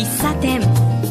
喫茶店。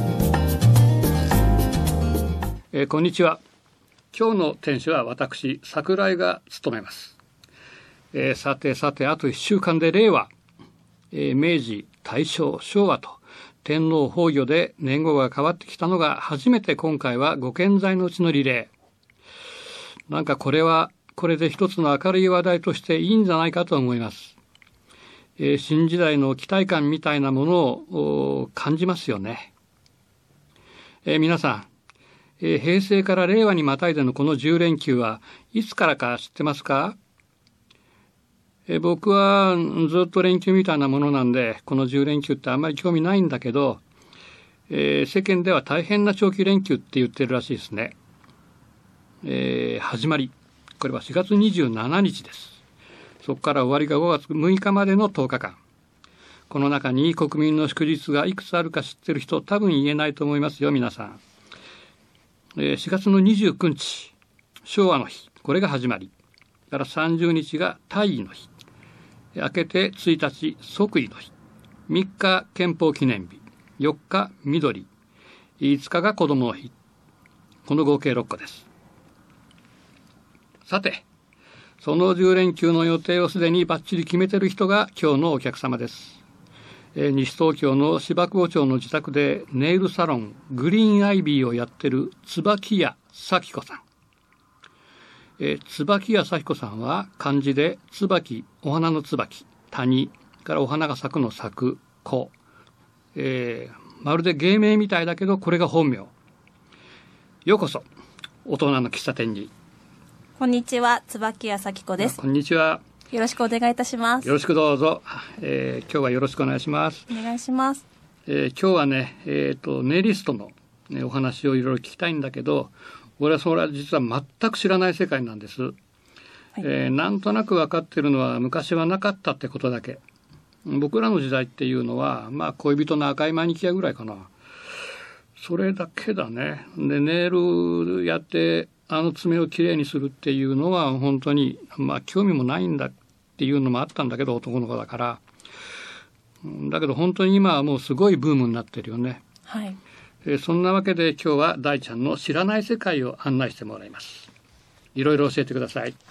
こんにちは。今日の店主は私櫻井が務めます。さてあと1週間で令和、明治大正昭和と天皇崩御で年号が変わってきたのが初めて今回はご健在のうちのリレー。なんかこれはこれで一つの明るい話題としていいんじゃないかと思います。新時代の期待感みたいなものを感じますよね。皆さん、平成から令和にまたいでのこの10連休はいつからか知ってますか？僕はずっと連休みたいなものなんで、この10連休ってあんまり興味ないんだけど、世間では大変な長期連休って言ってるらしいですね。始まり、これは4月27日です。そこから終わりが5月6日までの10日間。この中に国民の祝日がいくつあるか知ってる人、多分言えないと思いますよ、皆さん。4月の29日、昭和の日、これが始まり。から30日が大尉の日。明けて1日、即位の日。3日、憲法記念日。4日、緑。5日が子供の日。この合計6個です。さて、その10連休の予定をすでにバッチリ決めてる人が今日のお客様です。西東京の芝久保町の自宅でネイルサロングリーンアイビーをやってる椿屋咲子さん。椿屋咲子さんは漢字で椿、お花の椿、谷からお花が咲くの咲く子、まるで芸名みたいだけどこれが本名。ようこそ大人の喫茶店に。 こんにちは、椿屋咲子です。 こんにちは。 よろしくお願いいたします。 よろしくどうぞ。今日はよろしくお願いします。 お願いします。 今日はね、ネイリストの、お話をいろいろ聞きたいんだけど、俺はそれは実は全く知らない世界なんです。はい、なんとなく分かってるのは昔はなかったってことだけ。僕らの時代っていうのは、まあ恋人の赤いマニキュアぐらいかな。それだけだね。で、ネイルやって、爪をきれいにするっていうのは本当に、まあ興味もないんだっていうのもあったんだけど、男の子だから。だけど本当に今はもうすごいブームになってるよね。 はい。 そんなわけで今日は大ちゃんの知らない世界を案内してもらいます。いろいろ教えてください。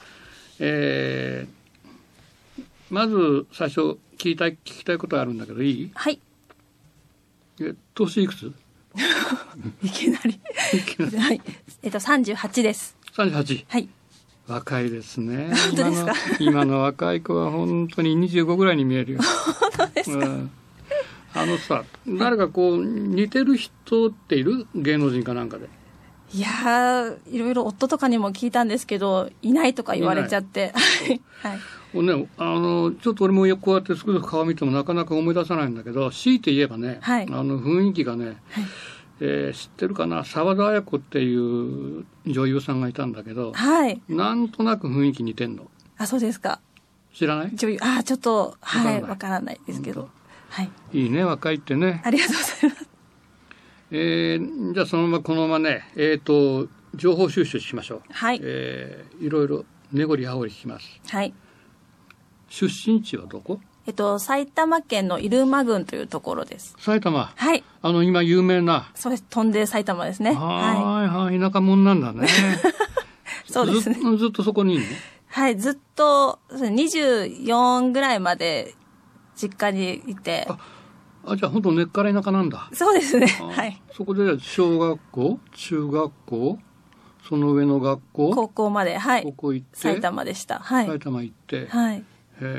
まず最初聞きたいことがあるんだけどいい？ はい。 年いくつ？ いきなり。はい。38です。 38。 はい。 若いですね。 本当ですか？ 今の若い子は本当に25ぐらいに見えるよ。 本当ですか？ さ、誰かこう似てる人っている？芸能人かなんかで。 いやー、いろいろ夫とかにも聞いたんですけど、いないとか言われちゃって。はい。 ね、ちょっと俺もこうやってすぐ顔見てもなかなか思い出さないんだけど、強いて言えばね、 はい、 雰囲気がね、 はい知ってるかな、沢田綾子っていう女優さんがいたんだけど、 はい、 なんとなく雰囲気似てんの。あ、 そうですか。 知らない？ 女優、ちょっと、はい、わからないですけど。はい。 いいね、若いってね。 ありがとうございます。 じゃあそのままこのままね、情報収集しましょう。 はい。 いろいろ根掘り葉掘り聞きます。 はい。 出身地はどこ？ 埼玉県の入間郡というところです。 埼玉。 はい。 今有名な。 そうです。飛んで埼玉ですね。 はい、田舎者なんだね。 そうですね。 ずっとそこにいるの？ はい、ずっと24ぐらいまで実家にいて。 じゃあ本当根っから田舎なんだ。 そうですね。はい。 そこで小学校、中学校、その上の学校、 高校まで、はい。 ここ行って、 埼玉でした。はい。 埼玉行って、 はい。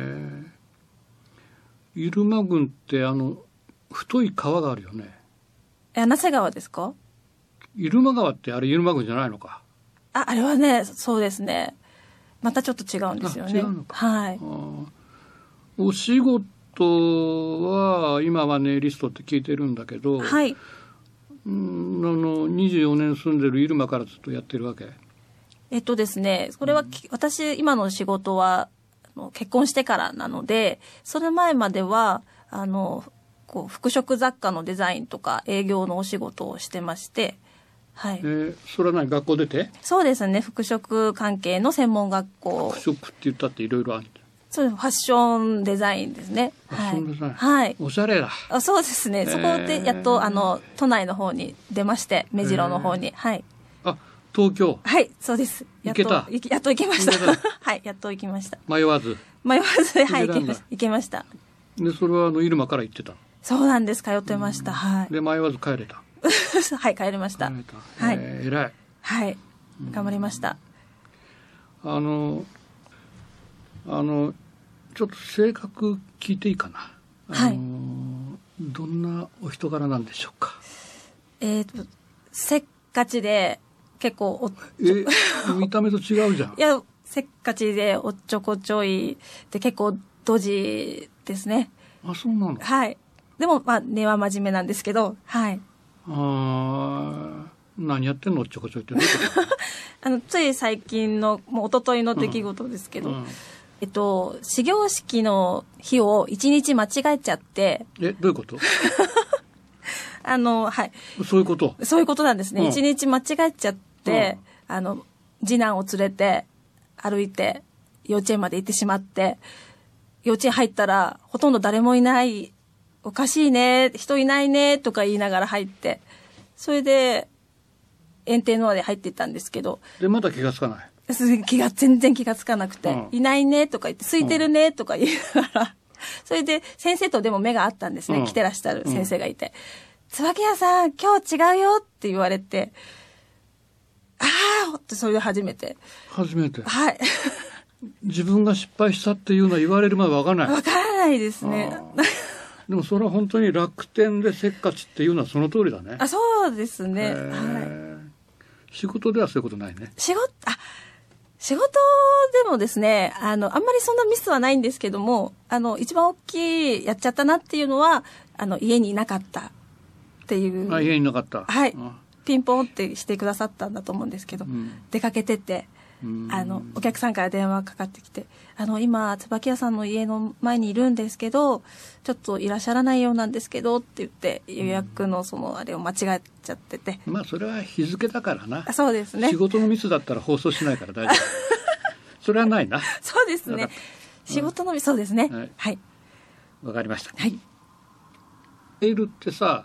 入間郡って太い川があるよね。 柳瀬川ですか？ 入間川ってあれ入間郡じゃないのか？ あれはね、そうですね。またちょっと違うんですよね。 違うのか。 はい。 お仕事は今はネイリストって聞いてるんだけど、 はい。 24年住んでる入間からずっとやってるわけ？ ですね、それは私今の仕事は結婚してからなので、それ前までは服飾雑貨のデザインとか営業のお仕事をしてまして、はい。 それは何、学校出て？ そうですね、服飾関係の専門学校。 服飾って言ったっていろいろある。 そうです。ファッションデザインですね。 ファッションデザイン。 はい。 おしゃれだ。 そうですね。そこでやっと、都内の方に出まして、目白の方に。はい。 あ、東京。 はい、そうです。やっと行けました。はい、やっと行きました。 迷わず。 はい、行けました。 で、それは入間から行ってた。 そうなんです。通ってました。はい。 で、迷わず帰れた。 はい、帰れました。 はい。偉い。 はい。頑張りました。 ちょっと性格聞いていいかな。 はい。 どんなお人柄なんでしょうか。 せっかちで、結構見た目と違うじゃん。 いや、せっかちでおっちょこちょいで結構ドジですね。 あ、そうなの。 はい。でも、根は真面目なんですけど、はい。 何やってんのおっちょこちょいってどういうことつい最近の、もう一昨日の出来事ですけど、始業式の日を1日間違えちゃって。 どういうことはい。 そういうこと。 そういうことなんですね。1日間違えちゃって、次男を連れて歩いて幼稚園まで行ってしまって、幼稚園入ったらほとんど誰もいない、おかしいね、人いないね、とか言いながら入って、それで園庭の輪で入っていったんですけど。 で、まだ気がつかない。 全然気がつかなくて、いないね、とか言って、空いてるね、とか言いながら、それで先生とでも目があったんですね。来てらっしゃる先生がいて。椿屋さん、今日違うよって言われて、ってそれで初めて。 初めて。 はい。 自分が失敗したっていうのは言われるまで分からない。 分からないですね。 でもそれは本当に楽天でせっかちっていうのはその通りだね。 そうですね。はい。 仕事ではそういうことないね。 仕事でもですね、あんまりそんなミスはないんですけども、一番大きいやっちゃったなっていうのは、家にいなかったっていう。 家にいなかった。 はい。ピンポンってしてくださったんだと思うんですけど、出かけてて、お客さんから電話かかってきて、今、椿屋さんの家の前にいるんですけど、ちょっといらっしゃらないようなんですけど、って言って、予約のあれを間違えちゃってて。 それは日付だからな。 そうですね。 仕事のミスだったら放送しないから大丈夫。それはないな。 そうですね。仕事のミス、そうですね。はい。 わかりました。 はい。 メールってさ、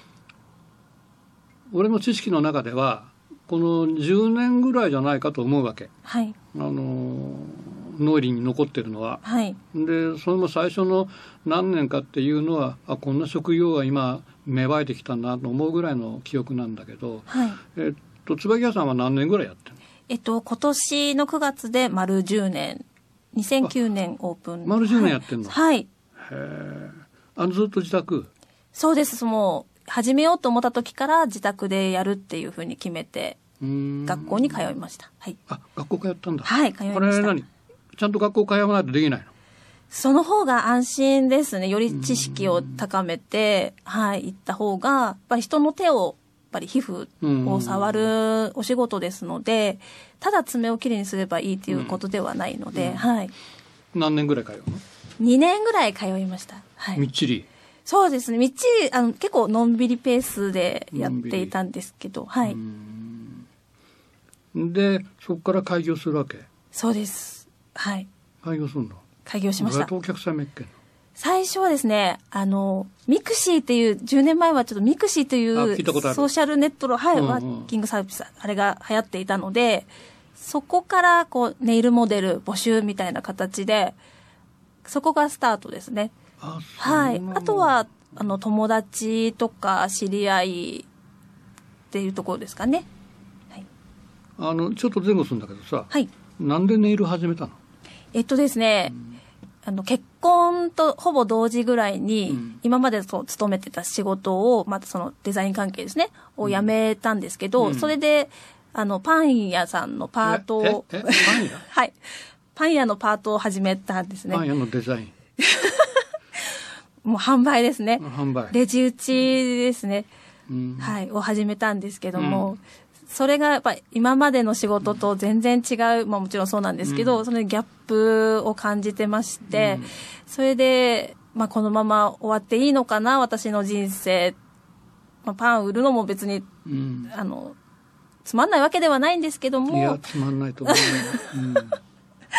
俺の知識の中ではこの10年ぐらいじゃないかと思うわけ。 はい。 脳裏に残ってるのは。 はい。 で、その最初の何年かっていうのは、こんな職業が今芽生えてきたなと思うぐらいの記憶なんだけど、 はい。 椿屋さんは何年ぐらいやってるの？今年の9月で丸10年。2009年オープン。 丸10年やってんの？ はい。 へえ。ずっと自宅？ そうです。もう始めようと思った時から自宅でやるっていうふうに決めて、学校に通いました。はい。 学校通ったんだ。 はい、通いました。 これ何？ちゃんと学校通わないとできないの？ その方が安心ですね。より知識を高めて、はい、行った方が、やっぱり人の手を、やっぱり皮膚を触るお仕事ですので、ただ爪をきれいにすればいいということではないので、はい。 何年ぐらい通うの ？2年ぐらい通いました。はい。 みっちり。 そうですね。みっちり、結構のんびりペースでやっていたんですけど、はい。 で、そこから開業するわけ？ そうです。はい。 開業するの？ 開業しました。 どうやってお客さんめっけんの？ 最初はですね、ミクシーっていう、10年前はちょっとミクシーというソーシャルネットの、はい、ワーキングサービス、あれが流行っていたので、そこからネイルモデル募集みたいな形で、そこがスタートですね。はい。あとは、友達とか知り合いっていうところですかね。 はい。ちょっと前後するんだけどさ、 はい。 なんでネイル始めたの？ ですね、結婚とほぼ同時ぐらいに、今まで勤めてた仕事を、またそのデザイン関係ですね、を辞めたんですけど、それで、パン屋さんのパートを、 パン屋はい。パン屋のパートを始めたんですね。 パン屋のデザイン。 もう販売ですね。 販売。 レジ打ちですね。はい。を始めたんですけども、それがやっぱり今までの仕事と全然違う、もちろんそうなんですけど、そのギャップを感じてまして、それで、このまま終わっていいのかな、私の人生。パン売るのも別に、つまんないわけではないんですけども。 いや、つまんないと思う。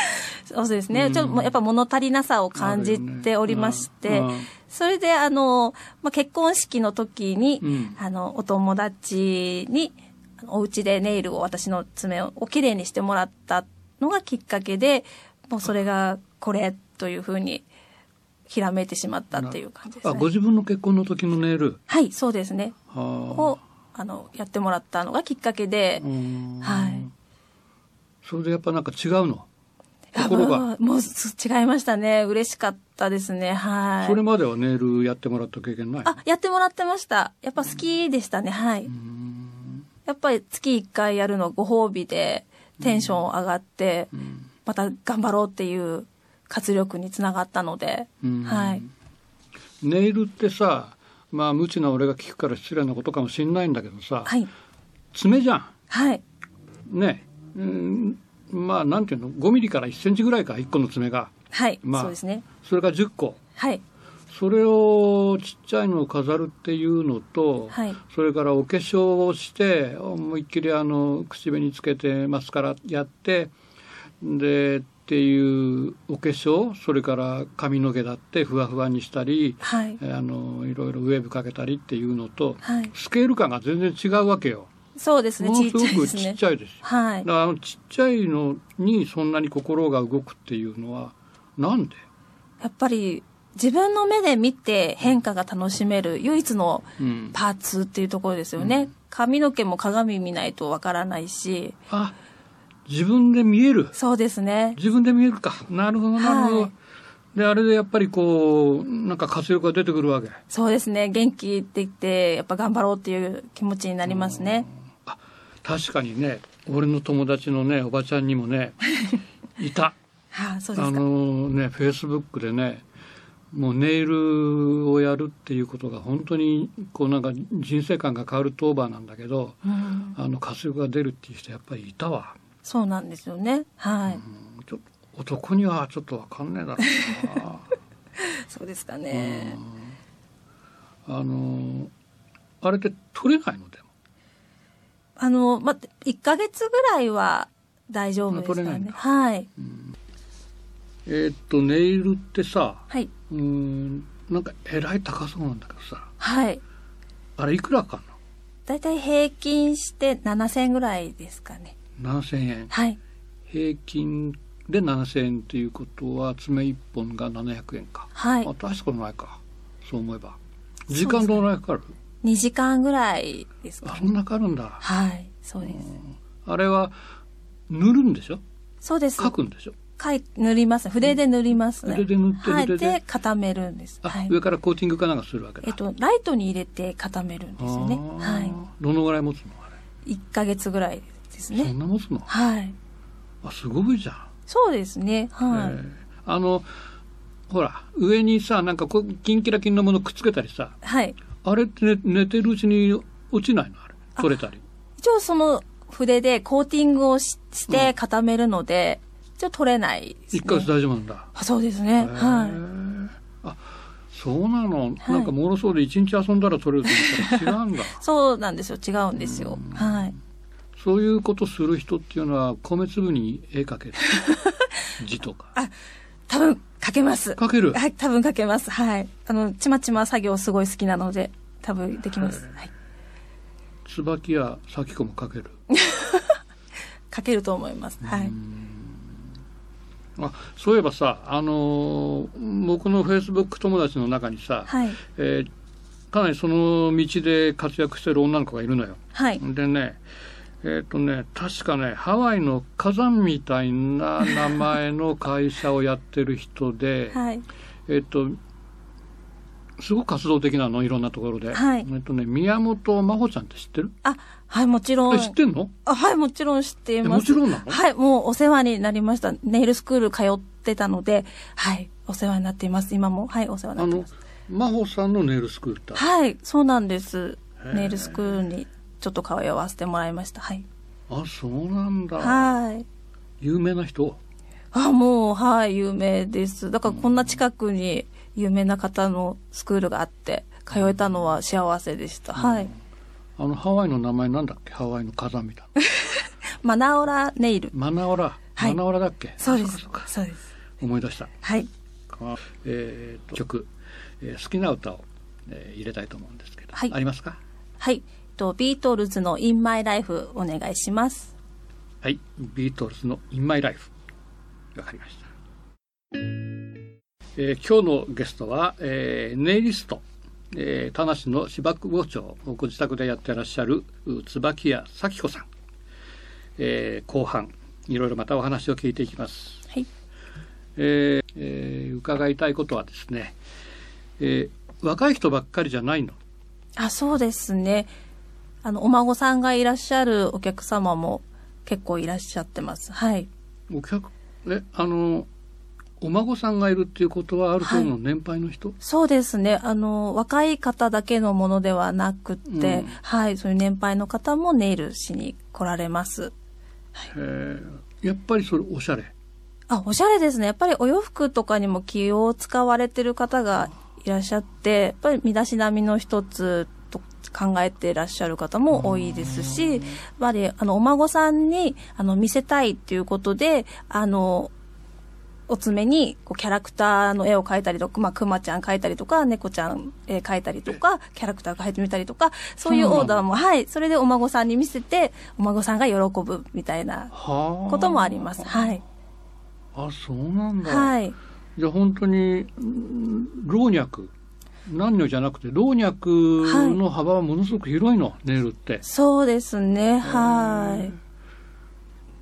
そうですね。ちょっとやっぱ物足りなさを感じておりまして、それで結婚式の時に、お友達にお家でネイルを私の爪をきれいにしてもらったのがきっかけで、もうそれがこれというふうにひらめいてしまったっていう感じですね。 ご自分の結婚の時のネイル。 はい、そうですね。をやってもらったのがきっかけで、はい。 それでやっぱなんか違うの？心がもう違いましたね。嬉しかったですね。はい。 それまではネイルやってもらった経験ない？ やってもらってました。やっぱ好きでしたね。はい。やっぱり月1回やるのご褒美でテンション上がって、また頑張ろうっていう活力につながったので、はい。 ネイルってさ、無知な俺が聞くから失礼なことかもしれないんだけどさ、 はい。 爪じゃん。 はい。 ね。なんていうの、5ミリから1センチぐらいか、1個の爪が。 はい。そうですね。 それが10個。 はい。 それをちっちゃいのを飾るっていうのと、 はい、 それからお化粧をして思いっきり口紅つけてマスカラやってでっていうお化粧、それから髪の毛だってふわふわにしたり、 はい、 いろいろウェーブかけたりっていうのと、 はい、 スケール感が全然違うわけよ。 そうですね。 ものすごくちっちゃいですよ。 はい。 だからちっちゃいのにそんなに心が動くっていうのはなんで？ やっぱり自分の目で見て変化が楽しめる唯一のパーツっていうところですよね。髪の毛も鏡見ないとわからないし。 自分で見える。 そうですね。 自分で見えるか。なるほど、なるほど。はい、で、あれでやっぱりなんか活力が出てくるわけ。 そうですね。元気って言って、やっぱ頑張ろうっていう気持ちになりますね。 確かにね、俺の友達のね、おばちゃんにもね、いた。 そうですか。 フェイスブックでね、もうネイルをやるっていうことが本当になんか人生観が変わる当番なんだけど、活力が出るっていう人やっぱりいたわ。 そうなんですよね。はい。 ちょっと男にはちょっとわかんねえだろうな。 そうですかね。 あれって取れないのでも。1ヶ月ぐらいは大丈夫ですかね。取れないんだ。はい。 ネイルってさ、 はい。 なんかえらい高そうなんだけどさ。 はい。 あれいくらかかんの？ だいたい平均して7000円ぐらいですかね。 7000円。 はい。 平均で7000円っていうことは爪1本が700円か。 はい。 大したことないか。そう思えば。時間どのぐらいかかる ？2時間ぐらいですかね。 そんなかかるんだ。 はい。そうです。 あれは塗るんでしょ？ そうです。 書くんでしょ？ 塗ります。筆で塗りますね。 筆で塗って筆で固めるんです。 上からコーティングかなんかするわけだ。 ライトに入れて固めるんですよね。はい。 どのぐらい持つのあれ ？1ヶ月ぐらいですね。 そんな持つの？ はい。 すごいじゃん。 そうですね。はい。 ほら上にさなんかキンキラキンのものくっつけたりさ。 はい。 あれって、寝てるうちに落ちないのあれ？取れたり。 一応その筆でコーティングをして固めるので。一応取れないですね。 1ヶ月大丈夫なんだ。 そうですね。はい。 そうなの。なんかもろそうで1日遊んだら取れると思ったら違うんだ。 そうなんですよ。違うんですよ。はい。 そういうことする人っていうのは米粒に絵描ける。字とか。 多分描けます。 描ける。 はい、多分描けます。はい。ちまちま作業すごい好きなので多分できます。はい。 椿や咲子も描ける。 描けると思います。はい。 そういえばさ、僕のフェイスブック友達の中にさ、 はいかなりその道で活躍してる女の子がいるのよ。 はい、 でね、確かね、ハワイの火山みたいな名前の会社をやってる人で、 はい、 すごく活動的なの、いろんなところで。 はい、 宮本真帆ちゃんって知ってる？ はい、もちろん。 知ってんの？ はい、もちろん知っています。 もちろんなの？ はい、もうお世話になりました。ネイルスクール通ってたので、はい、お世話になっています。今も、はい、お世話になっています。 真帆さんのネイルスクールだ。 はい、そうなんです。ネイルスクールにちょっと通わせてもらいました。はい。 そうなんだ。 はい。 有名な人？ もう、はい、有名です。だからこんな近くに有名な方のスクールがあって、通えたのは幸せでした。はい。 ハワイの名前なんだっけ？ハワイの火山みたいな。 マナオラネイル。 マナオラ。 はい、 七浦だっけ。 そうです。 そうかそうです。 思い出した。 はい。 曲、好きな歌を、入れたいと思うんですけど、 はい、 ありますか。 はい、ビートルズの In My Life お願いします。 はい、ビートルズの In My Life。わかりました。今日のゲストは、ネイリスト、田無の芝久保町をご自宅でやってらっしゃる椿谷咲子さん、後半いろいろまたお話を聞いていきます。 はい。 伺いたいことはですね、若い人ばっかりじゃないの。 そうですね。お孫さんがいらっしゃるお客様も結構いらっしゃってます。はい。 お孫さんがいるっていうことはある程度の年配の人、 そうですね。若い方だけのものではなくて、はい、そういう年配の方もネイルしに来られます。 はい、やっぱりそれおしゃれ。 おしゃれですね。やっぱりお洋服とかにも気を使われてる方がいらっしゃって、やっぱり身だしなみの一つと考えていらっしゃる方も多いですし、やっぱりお孫さんに見せたいっていうことで、お爪にキャラクターの絵を描いたりとか、クマちゃん描いたりとか、猫ちゃん描いたりとか、キャラクター描いてみたりとか、そういうオーダーも、はい、それでお孫さんに見せて、お孫さんが喜ぶみたいなこともあります。はい。 そうなんだ。 はい。 じゃあ本当に老若男女じゃなくて老若の幅はものすごく広いの、ネイルって。 そうですね。はい。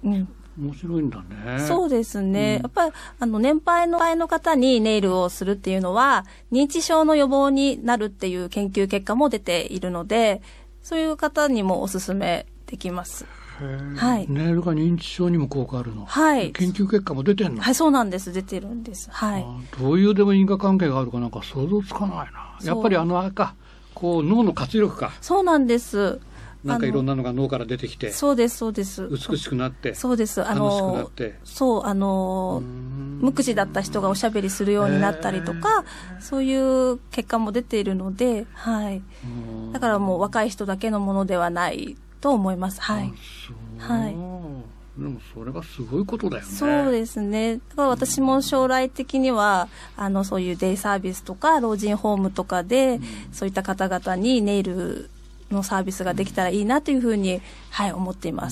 面白いんだね。 そうですね。やっぱり年配の方にネイルをするっていうのは認知症の予防になるっていう研究結果も出ているので、そういう方にもおすすめできます。はい。 ネイルが認知症にも効果あるの。 はい。 研究結果も出てんの。 はい、そうなんです。出てるんです。はい。 どういうでも因果関係があるかなんか想像つかないな。やっぱりあれか、脳の活力か。 そうなんです。 なんかいろんなのが脳から出てきて。 そうです、そうです。 美しくなって。 そうです。 楽しくなって。 そう、無口だった人がおしゃべりするようになったりとか、そういう結果も出ているので、はい。だからもう若い人だけのものではないと思います。はい。はい。 でもそれはすごいことだよね。 そうですね。だから私も将来的には、そういうデイサービスとか老人ホームとかで、そういった方々にネイルのサービスができたらいいなというふうに、はい、思っています。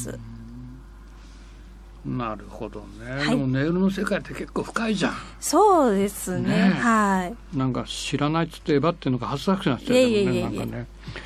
なるほどね。はい、でもネイルの世界って結構深いじゃん。 そうですね。はい。 なんか知らないっつってえばっていうのが恥ずかしくなっちゃうけどね。なんかね。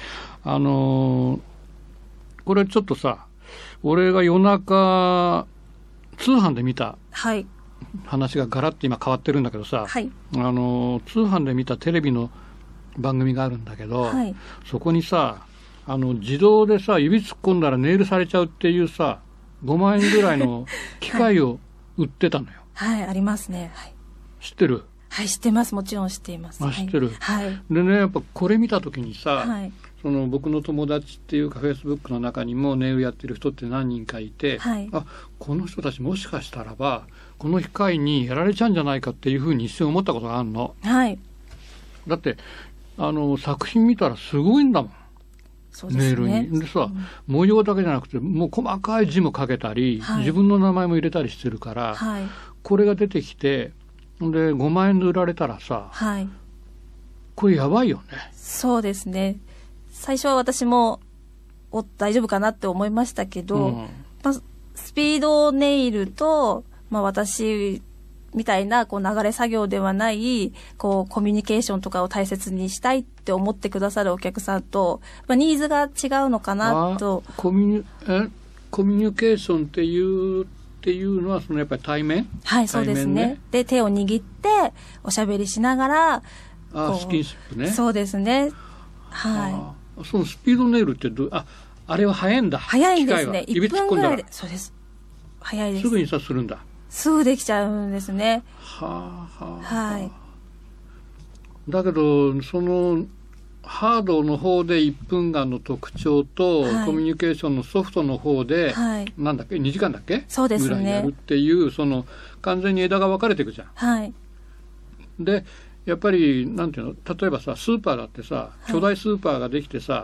これちょっとさ、俺が夜中通販で見た話がガラッと今変わってるんだけどさ、はい、通販で見たテレビの番組があるんだけど、はい、そこにさ自動でさ指突っ込んだらネイルされちゃうっていうさ5万円ぐらいの機械を売ってたのよ。 はい、ありますね。はい、 知ってる？ はい、知ってます。もちろん知っています。 知ってる。 はい。 でね、やっぱこれ見たときにさ、 はい、 僕の友達っていうかフェイスブックの中にもネイルやってる人って何人かいて、はい、この人たちもしかしたらばこの機械にやられちゃうんじゃないかっていうふうに一瞬思ったことがあるの。 はい。 だって作品見たらすごいんだもん。 そうですね、 ネイルに。でさ、模様だけじゃなくてもう細かい字も書けたり、はい、自分の名前も入れたりしてるから、はい、これが出てきてで5万円で売られたらさ、はい、これやばいよね。 そうですね。最初は私も大丈夫かなって思いましたけど、スピードネイルと、私みたいな流れ作業ではないコミュニケーションとかを大切にしたいって思ってくださるお客さんと、ニーズが違うのかなと。 コミュニケーションっていうのはやっぱり対面？ はい、そうですね。で手を握っておしゃべりしながらスキンシップね。 そうですね。はい。 そのスピードネイルってあれは早いんだ。 早いんですね。 1分ぐらいで。 そうです。早いです。 すぐにするんだ。 すぐできちゃうんですね。 はい。だけどハードの方で1分間の特徴と、はい、コミュニケーションのソフトの方で、はい、なんだっけ2時間だっけそうですね。 ぐらいやるっていう完全に枝が分かれていくじゃん。 はい。 でやっぱりなんていうの、例えばさスーパーだってさ、巨大スーパーができてさ、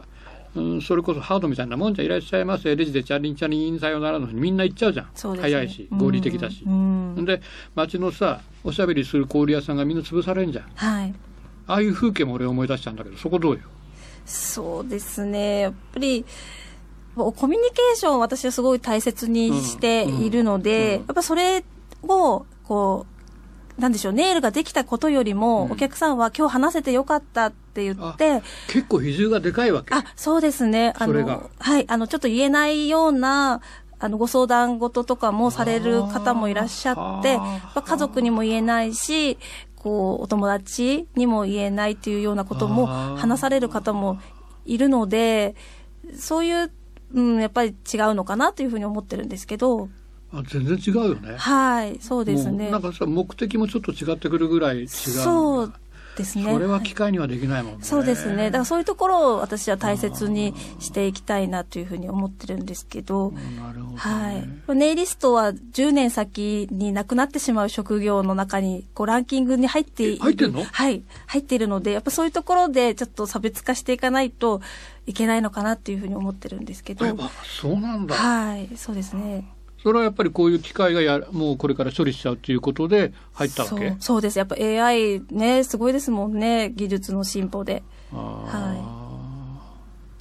それこそハードみたいなもんじゃ、いらっしゃいませ、レジでチャリンチャリンさよならのにみんな行っちゃうじゃん。 そうですね、 早いし合理的だし、で街のさおしゃべりする小売屋さんがみんな潰されんじゃん、 はい、 ああいう風景も俺思い出したんだけど、そこどうよ。 そうですね、やっぱりコミュニケーションを私はすごい大切にしているので、やっぱそれをこうなんでしょう、ネイルができたことよりも、お客さんは今日話せてよかったって言って、 結構比重がでかいわけ。 そうですね、 それがはい、ちょっと言えないようなご相談事とかもされる方もいらっしゃって、家族にも言えないし、こうお友達にも言えないっていうようなことも話される方もいるので、そういう、やっぱり違うのかなというふうに思ってるんですけど。 全然違うよね。 はい、そうですね。 なんかさ、目的もちょっと違ってくるぐらい違う。 そうですね。 それは機械にはできないもんね。 そうですね。だからそういうところを私は大切にしていきたいなというふうに思ってるんですけど。 なるほどね。 はい。ネイリストは10年先になくなってしまう職業の中にランキングに入っている。 入ってんの？ はい。入っているので、やっぱそういうところでちょっと差別化していかないといけないのかなっていうふうに思ってるんですけど。 そうなんだ。 はい。そうですね。 それはやっぱりこういう機械がもうこれから処理しちゃうということで入ったわけ？ そうです。やっぱ AI ね、すごいですもんね、技術の進歩で。はい。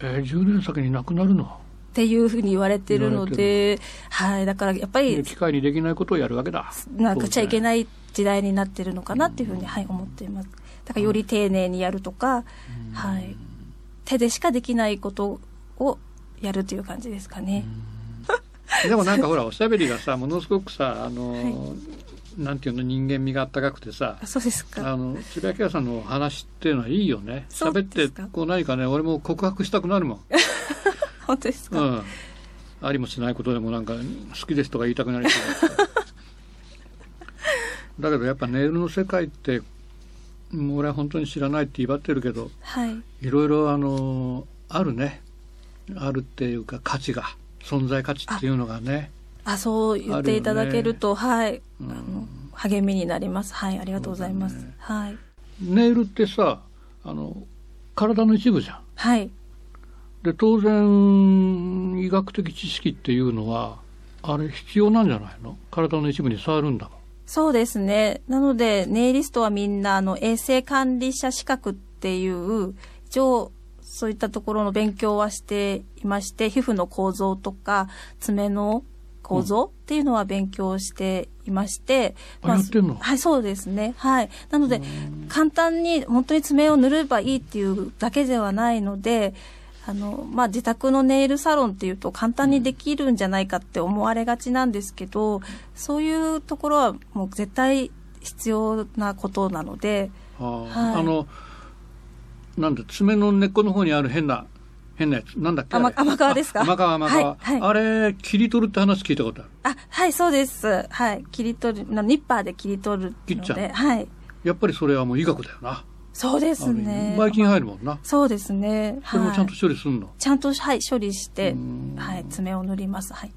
10年先になくなるの？ っていうふうに言われてるので、はい。だからやっぱり機械にできないことをやるわけだ。 なんかちゃいけない時代になってるのかなっていうふうに、はい、思っています。だからより丁寧にやるとか、はい。手でしかできないことをやるという感じですかね。 でもなんかほらおしゃべりがさものすごくさなんていうの、人間味があったかくてさ、 そうですか。 千葉明さんの話っていうのはいいよね。喋ってこう何かね、俺も告白したくなるもん。 本当ですか？ ありもしないことでもなんか好きですとか言いたくなりそうだけどやっぱネイルの世界って俺は本当に知らないって威張ってるけど、 はい、 いろいろあるね。あるっていうか価値が、存在価値っていうのがね。 そう言っていただけると、はい、励みになります。はい、ありがとうございます。はい。 ネイルってさ、体の一部じゃん。 はい。 で、当然医学的知識っていうのはあれ必要なんじゃないの？体の一部に触るんだもん。 そうですね。なのでネイリストはみんな衛生管理者資格っていう一応そういったところの勉強はしていまして、皮膚の構造とか爪の構造っていうのは勉強していまして、 やってんの？ はい、そうですね。はい。なので簡単に本当に爪を塗ればいいっていうだけではないので、自宅のネイルサロンっていうと簡単にできるんじゃないかって思われがちなんですけど、そういうところはもう絶対必要なことなので、 はい、なんだ、爪の根っこの方にある変なやつ、なんだっけ？ 甘皮ですか？ 甘皮、 はい、 あれ切り取るって話聞いたことある。 はい、そうです。はい、切り取る、ニッパーで切り取るので、 切っちゃう。 はい。 やっぱりそれはもう医学だよな。 そうですね。 ばい菌入るもんな。 そうですね。 それもちゃんと処理するの？ ちゃんと、はい、処理して、はい、爪を塗ります。はい。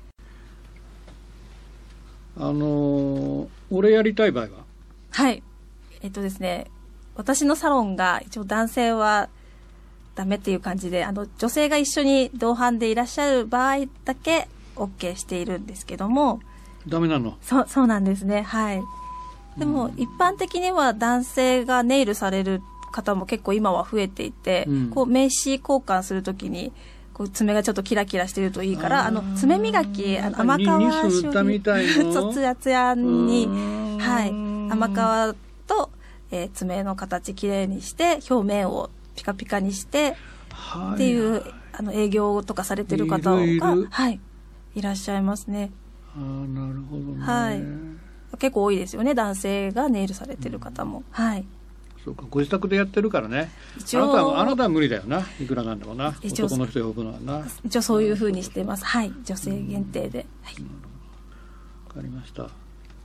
俺やりたい場合は？ はい。ですね、私のサロンが一応男性はダメっていう感じで、女性が一緒に同伴でいらっしゃる場合だけ OK しているんですけども。 ダメなの？ そうなんですね。はい。でも一般的には男性がネイルされる方も結構今は増えていて、こう名刺交換するときにこう爪がちょっとキラキラしてるといいから、爪磨き、甘皮処理、ツヤツヤに、はい、甘皮と、爪の形きれいにして表面をピカピカにしてっていう営業とかされてる方がはい、いらっしゃいますね。 なるほどね。 はい。結構多いですよね、男性がネイルされてる方も。はい。 そうか、ご自宅でやってるからね。あなたは無理だよな、いくらなんでもな。男の人呼ぶのはな。 一応そういう風にしてます。はい、女性限定で。はい。 わかりました。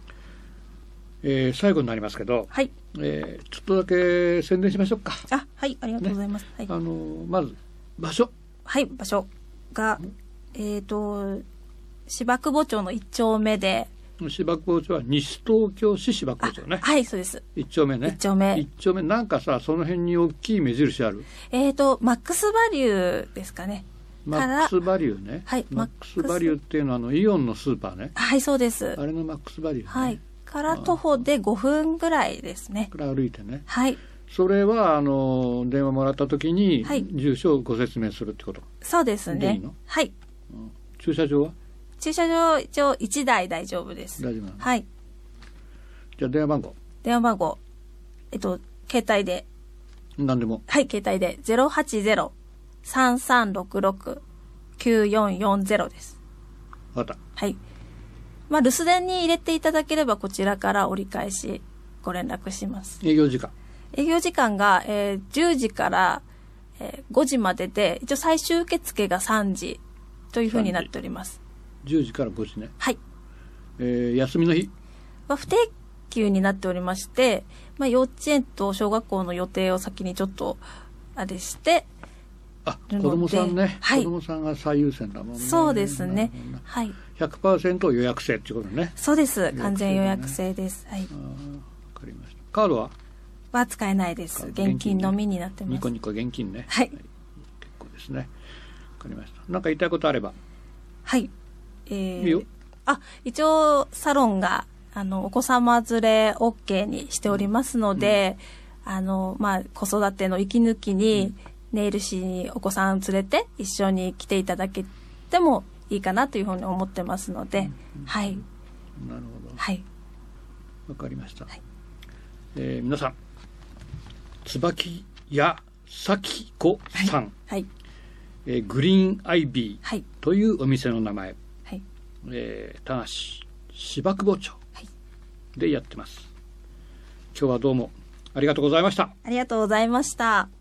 最後になりますけど、 はい。 ちょっとだけ宣伝しましょうか。 はい、ありがとうございます。はい。 まず場所。 はい、場所が芝久保町の1丁目で芝久保町は西東京市芝久保町ね。 はい、そうです。 一丁目ね。 一丁目。 一丁目、なんかさ、その辺に大きい目印ある？ マックスバリューですかね。 マックスバリューね。 はい。 マックスバリューっていうのはイオンのスーパーね。 はい、そうです。 あれのマックスバリュー、ね。 はい。から徒歩で5分ぐらいですね。 から歩いてね。 はい。 それは電話もらった時に、 はい、 住所をご説明するってこと？ そうですね。 いいの？ はい、 駐車場は？ 駐車場一応1台大丈夫です。 大丈夫なの？ はい。 じゃあ電話番号。 電話番号。携帯で。 何でも。 はい、携帯で。080-3366-9440です。 わかった。 はい。まあ、留守電に入れていただければこちらから折り返しご連絡します。 営業時間。 営業時間が、10時から、5時までで、一応最終受付が3時というふうになっております。 10時から5時ね。 はい。 休みの日は不定休になっておりまして、まあ、幼稚園と小学校の予定を先にちょっとあれして子供さんね、 はい、 子供さんが最優先だもんね。 そうですね。はい。 100% 予約制っていうことね。 そうです。完全予約制です。はい。わかりました。カードは使えないです。現金のみになってます。 ニコニコ現金ね。 はい。 結構ですね。わかりました。なんか言いたいことあれば。 はい。 いいよ。 一応サロンがお子様連れ OK にしておりますので、まあ子育ての息抜きに、ネイル師にお子さん連れて一緒に来ていただけてもいいかなというふうに思ってますので、はい。 なるほど。 はい。 わかりました。はい、 皆さん、椿屋咲子さん、 はい、 グリーンアイビーというお店の名前、 はい、 田無芝久保町でやってます。今日はどうもありがとうございました。 ありがとうございました。